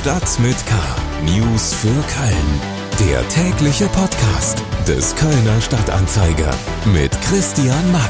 Stadt mit K. News für Köln. Der tägliche Podcast des Kölner Stadtanzeiger mit Christian Mack.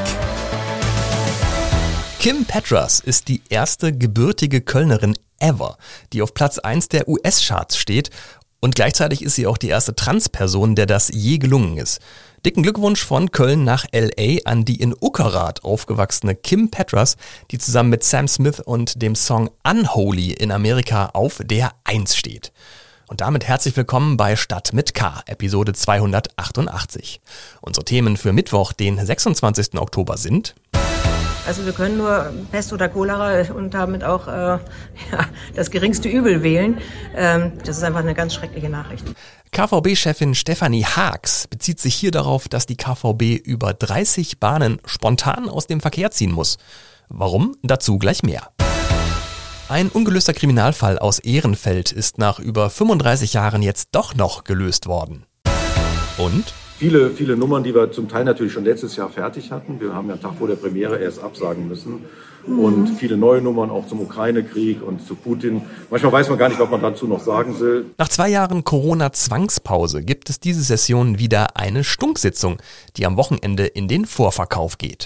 Kim Petras ist die erste gebürtige Kölnerin ever, die auf Platz 1 der US-Charts steht. Und gleichzeitig ist sie auch die erste Transperson, der das je gelungen ist. Dicken Glückwunsch von Köln nach L.A. an die in Uckerrath aufgewachsene Kim Petras, die zusammen mit Sam Smith und dem Song Unholy in Amerika auf der 1 steht. Und damit herzlich willkommen bei Stadt mit K, Episode 288. Unsere Themen für Mittwoch, den 26. Oktober sind: Also wir können nur Pest oder Cholera und damit auch das geringste Übel wählen. Das ist einfach eine ganz schreckliche Nachricht. KVB-Chefin Stefanie Haags bezieht sich hier darauf, dass die KVB über 30 Bahnen spontan aus dem Verkehr ziehen muss. Warum? Dazu gleich mehr. Ein ungelöster Kriminalfall aus Ehrenfeld ist nach über 35 Jahren jetzt doch noch gelöst worden. Und? Viele Nummern, die wir zum Teil natürlich schon letztes Jahr fertig hatten. Wir haben ja Tag vor der Premiere erst absagen müssen. Und viele neue Nummern auch zum Ukraine-Krieg und zu Putin. Manchmal weiß man gar nicht, was man dazu noch sagen will. Nach 2 Jahren Corona-Zwangspause gibt es diese Session wieder eine Stunksitzung, die am Wochenende in den Vorverkauf geht.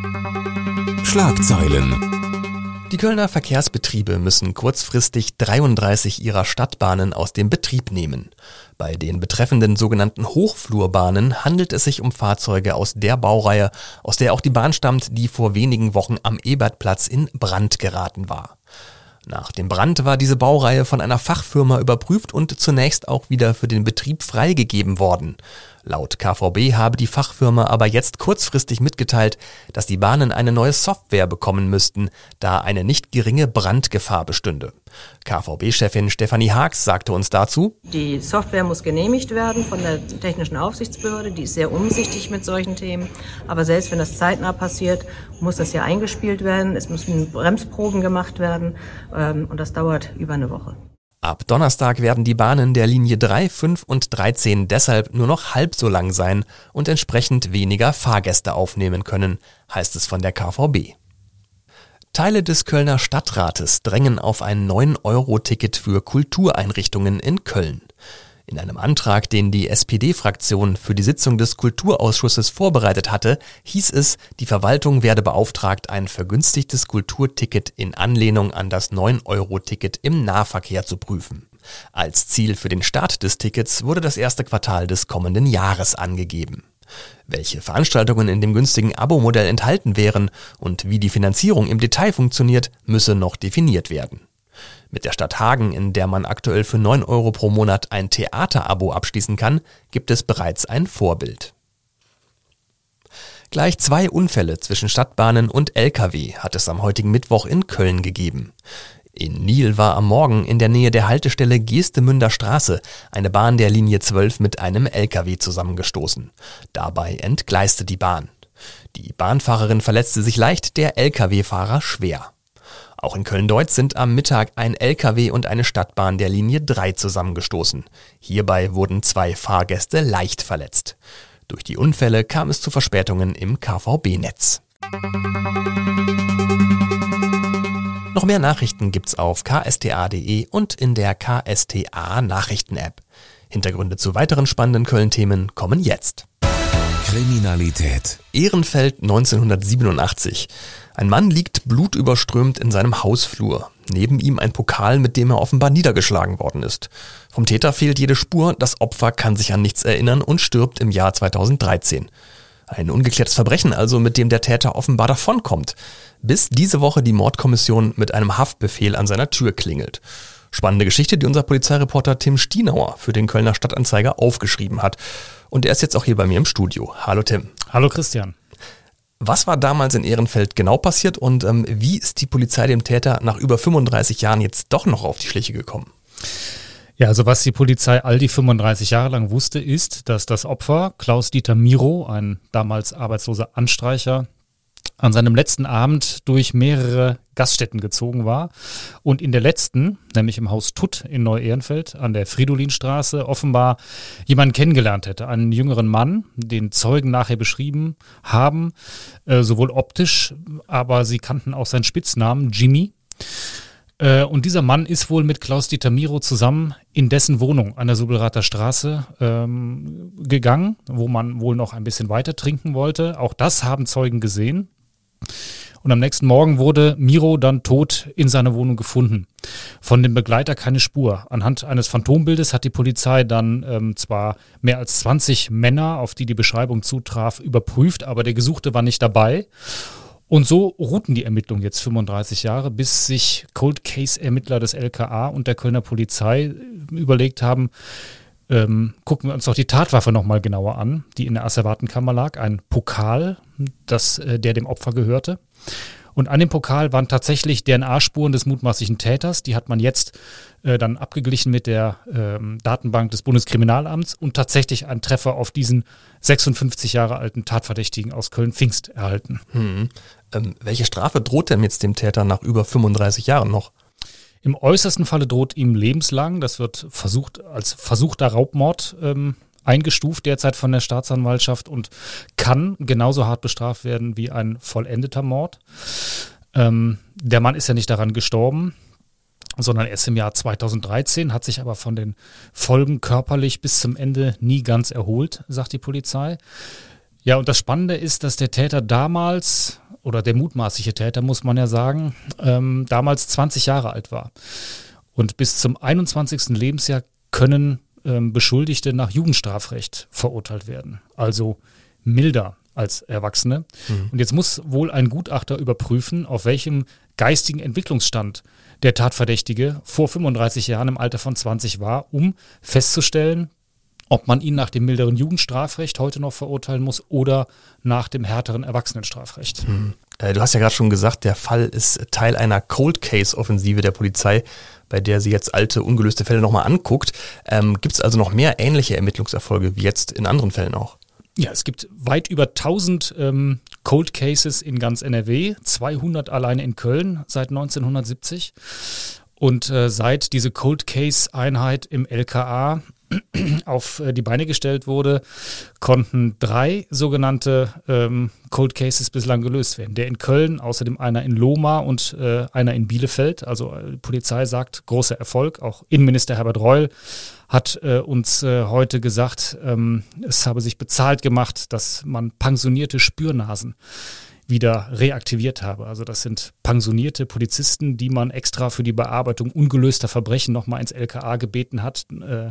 Schlagzeilen. Die Kölner Verkehrsbetriebe müssen kurzfristig 33 ihrer Stadtbahnen aus dem Betrieb nehmen. Bei den betreffenden sogenannten Hochflurbahnen handelt es sich um Fahrzeuge aus der Baureihe, aus der auch die Bahn stammt, die vor wenigen Wochen am Ebertplatz in Brand geraten war. Nach dem Brand war diese Baureihe von einer Fachfirma überprüft und zunächst auch wieder für den Betrieb freigegeben worden. Laut KVB habe die Fachfirma aber jetzt kurzfristig mitgeteilt, dass die Bahnen eine neue Software bekommen müssten, da eine nicht geringe Brandgefahr bestünde. KVB-Chefin Stefanie Haags sagte uns dazu: Die Software muss genehmigt werden von der Technischen Aufsichtsbehörde. Die ist sehr umsichtig mit solchen Themen. Aber selbst wenn das zeitnah passiert, muss das ja eingespielt werden. Es müssen Bremsproben gemacht werden. Und das dauert über eine Woche. Ab Donnerstag werden die Bahnen der Linie 3, 5 und 13 deshalb nur noch halb so lang sein und entsprechend weniger Fahrgäste aufnehmen können, heißt es von der KVB. Teile des Kölner Stadtrates drängen auf ein 9-Euro-Ticket für Kultureinrichtungen in Köln. In einem Antrag, den die SPD-Fraktion für die Sitzung des Kulturausschusses vorbereitet hatte, hieß es, die Verwaltung werde beauftragt, ein vergünstigtes Kulturticket in Anlehnung an das 9-Euro-Ticket im Nahverkehr zu prüfen. Als Ziel für den Start des Tickets wurde das erste Quartal des kommenden Jahres angegeben. Welche Veranstaltungen in dem günstigen Abo-Modell enthalten wären und wie die Finanzierung im Detail funktioniert, müsse noch definiert werden. Mit der Stadt Hagen, in der man aktuell für 9 Euro pro Monat ein Theaterabo abschließen kann, gibt es bereits ein Vorbild. Gleich 2 Unfälle zwischen Stadtbahnen und Lkw hat es am heutigen Mittwoch in Köln gegeben. In Niel war am Morgen in der Nähe der Haltestelle Geestemünder Straße eine Bahn der Linie 12 mit einem Lkw zusammengestoßen. Dabei entgleiste die Bahn. Die Bahnfahrerin verletzte sich leicht, der Lkw-Fahrer schwer. Auch in Köln-Deutz sind am Mittag ein Lkw und eine Stadtbahn der Linie 3 zusammengestoßen. Hierbei wurden 2 Fahrgäste leicht verletzt. Durch die Unfälle kam es zu Verspätungen im KVB-Netz. Noch mehr Nachrichten gibt's auf ksta.de und in der KSTA-Nachrichten-App. Hintergründe zu weiteren spannenden Köln-Themen kommen jetzt. Kriminalität. Ehrenfeld 1987. Ein Mann liegt blutüberströmt in seinem Hausflur. Neben ihm ein Pokal, mit dem er offenbar niedergeschlagen worden ist. Vom Täter fehlt jede Spur, das Opfer kann sich an nichts erinnern und stirbt im Jahr 2013. Ein ungeklärtes Verbrechen also, mit dem der Täter offenbar davonkommt. Bis diese Woche die Mordkommission mit einem Haftbefehl an seiner Tür klingelt. Spannende Geschichte, die unser Polizeireporter Tim Stienauer für den Kölner Stadtanzeiger aufgeschrieben hat. Und er ist jetzt auch hier bei mir im Studio. Hallo Tim. Hallo Christian. Was war damals in Ehrenfeld genau passiert und wie ist die Polizei dem Täter nach über 35 Jahren jetzt doch noch auf die Schliche gekommen? Ja, also was die Polizei all die 35 Jahre lang wusste, ist, dass das Opfer, Klaus-Dieter Miro, ein damals arbeitsloser Anstreicher, an seinem letzten Abend durch mehrere Gaststätten gezogen war und in der letzten, nämlich im Haus Tutt in Neu-Ehrenfeld an der Fridolinstraße, offenbar jemanden kennengelernt hätte, einen jüngeren Mann, den Zeugen nachher beschrieben haben, sowohl optisch, aber sie kannten auch seinen Spitznamen, Jimmy. Und dieser Mann ist wohl mit Klaus-Dieter Miro zusammen in dessen Wohnung an der Subelrather Straße gegangen, wo man wohl noch ein bisschen weiter trinken wollte. Auch das haben Zeugen gesehen. Und am nächsten Morgen wurde Miro dann tot in seiner Wohnung gefunden. Von dem Begleiter keine Spur. Anhand eines Phantombildes hat die Polizei dann zwar mehr als 20 Männer, auf die die Beschreibung zutraf, überprüft, aber der Gesuchte war nicht dabei. Und so ruhten die Ermittlungen jetzt 35 Jahre, bis sich Cold Case-Ermittler des LKA und der Kölner Polizei überlegt haben, gucken wir uns doch die Tatwaffe nochmal genauer an, die in der Asservatenkammer lag, ein Pokal, der dem Opfer gehörte. Und an dem Pokal waren tatsächlich DNA-Spuren des mutmaßlichen Täters. Die hat man jetzt dann abgeglichen mit der Datenbank des Bundeskriminalamts und tatsächlich einen Treffer auf diesen 56 Jahre alten Tatverdächtigen aus Köln-Pfingst erhalten. Welche Strafe droht denn jetzt dem Täter nach über 35 Jahren noch? Im äußersten Falle droht ihm lebenslang. Das wird als versuchter Raubmord eingestuft derzeit von der Staatsanwaltschaft und kann genauso hart bestraft werden wie ein vollendeter Mord. Der Mann ist ja nicht daran gestorben, sondern erst im Jahr 2013, hat sich aber von den Folgen körperlich bis zum Ende nie ganz erholt, sagt die Polizei. Ja, und das Spannende ist, dass der Täter damals, oder der mutmaßliche Täter, muss man ja sagen, damals 20 Jahre alt war. Und bis zum 21. Lebensjahr können Beschuldigte nach Jugendstrafrecht verurteilt werden. Also milder als Erwachsene. Und jetzt muss wohl ein Gutachter überprüfen, auf welchem geistigen Entwicklungsstand der Tatverdächtige vor 35 Jahren im Alter von 20 war, um festzustellen, ob man ihn nach dem milderen Jugendstrafrecht heute noch verurteilen muss oder nach dem härteren Erwachsenenstrafrecht. Du hast ja gerade schon gesagt, der Fall ist Teil einer Cold-Case-Offensive der Polizei, bei der sie jetzt alte, ungelöste Fälle nochmal anguckt. Gibt es also noch mehr ähnliche Ermittlungserfolge wie jetzt in anderen Fällen auch? Ja, es gibt weit über 1000 Cold Cases in ganz NRW, 200 alleine in Köln seit 1970. Und seit diese Cold Case-Einheit im LKA auf die Beine gestellt wurde, konnten 3 sogenannte Cold Cases bislang gelöst werden. Der in Köln, außerdem einer in Lohmar und einer in Bielefeld. Also die Polizei sagt, großer Erfolg. Auch Innenminister Herbert Reul hat uns heute gesagt, es habe sich bezahlt gemacht, dass man pensionierte Spürnasen wieder reaktiviert habe. Also das sind pensionierte Polizisten, die man extra für die Bearbeitung ungelöster Verbrechen nochmal ins LKA gebeten hat,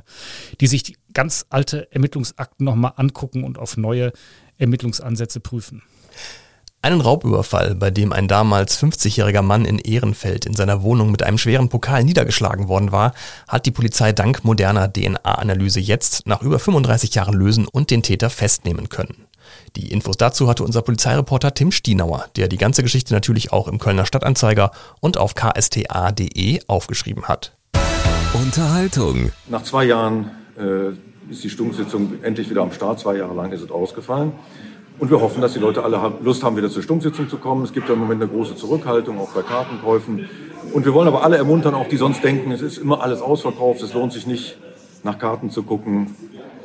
die sich die ganz alte Ermittlungsakten nochmal angucken und auf neue Ermittlungsansätze prüfen. Einen Raubüberfall, bei dem ein damals 50-jähriger Mann in Ehrenfeld in seiner Wohnung mit einem schweren Pokal niedergeschlagen worden war, hat die Polizei dank moderner DNA-Analyse jetzt nach über 35 Jahren lösen und den Täter festnehmen können. Die Infos dazu hatte unser Polizeireporter Tim Stienauer, der die ganze Geschichte natürlich auch im Kölner Stadtanzeiger und auf ksta.de aufgeschrieben hat. Unterhaltung. Nach 2 Jahren ist die Stunksitzung endlich wieder am Start. 2 Jahre lang ist es ausgefallen. Und wir hoffen, dass die Leute alle Lust haben, wieder zur Stunksitzung zu kommen. Es gibt ja im Moment eine große Zurückhaltung, auch bei Kartenkäufen. Und wir wollen aber alle ermuntern, auch die sonst denken, es ist immer alles ausverkauft, es lohnt sich nicht, nach Karten zu gucken.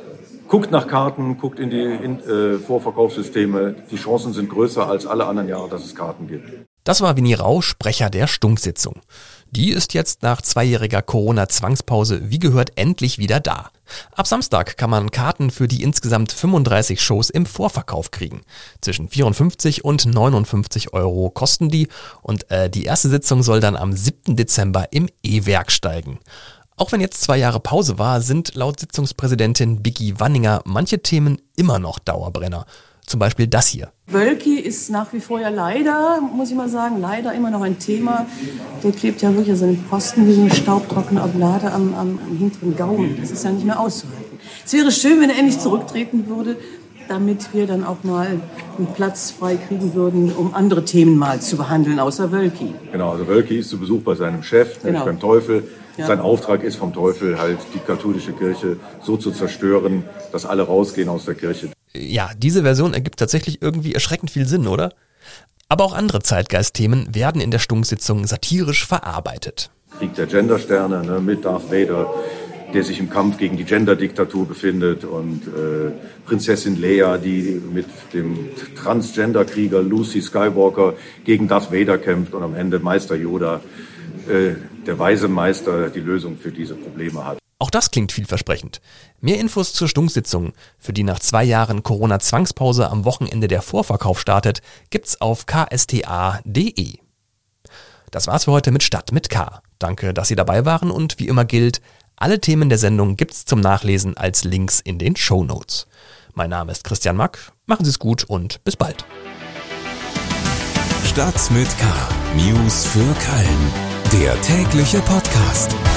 Guckt nach Karten, guckt in die Vorverkaufssysteme. Die Chancen sind größer als alle anderen Jahre, dass es Karten gibt. Das war Winnie Rau, Sprecher der Stunksitzung. Die ist jetzt nach 2-jähriger Corona-Zwangspause wie gehört endlich wieder da. Ab Samstag kann man Karten für die insgesamt 35 Shows im Vorverkauf kriegen. Zwischen 54 und 59 Euro kosten die und die erste Sitzung soll dann am 7. Dezember im E-Werk steigen. Auch wenn jetzt 2 Jahre Pause war, sind laut Sitzungspräsidentin Biggi Wanninger manche Themen immer noch Dauerbrenner. Zum Beispiel das hier. Wölki ist nach wie vor ja leider, muss ich mal sagen, leider immer noch ein Thema. Der klebt ja wirklich an seinem Posten wie so eine staubtrockene Oblade am hinteren Gaumen. Das ist ja nicht mehr auszuhalten. Es wäre schön, wenn er endlich zurücktreten würde, damit wir dann auch mal einen Platz frei kriegen würden, um andere Themen mal zu behandeln, außer Wölki. Genau, also Wölki ist zu Besuch bei seinem Chef, nämlich beim Teufel. Ja. Sein Auftrag ist vom Teufel halt, die katholische Kirche so zu zerstören, dass alle rausgehen aus der Kirche. Ja, diese Version ergibt tatsächlich irgendwie erschreckend viel Sinn, oder? Aber auch andere Zeitgeistthemen werden in der Stunksitzung satirisch verarbeitet. Krieg der Gendersterne, ne, mit Darth Vader, der sich im Kampf gegen die Gender-Diktatur befindet, und Prinzessin Leia, die mit dem Transgender-Krieger Lucy Skywalker gegen Darth Vader kämpft, und am Ende Meister Yoda der weise Meister die Lösung für diese Probleme hat. Auch das klingt vielversprechend. Mehr Infos zur Stunksitzung, für die nach 2 Jahren Corona-Zwangspause am Wochenende der Vorverkauf startet, gibt's auf ksta.de. Das war's für heute mit Stadt mit K. Danke, dass Sie dabei waren und wie immer gilt, alle Themen der Sendung gibt's zum Nachlesen als Links in den Shownotes. Mein Name ist Christian Mack, machen Sie es gut und bis bald. Stadt mit K. News für Köln. Der tägliche Podcast.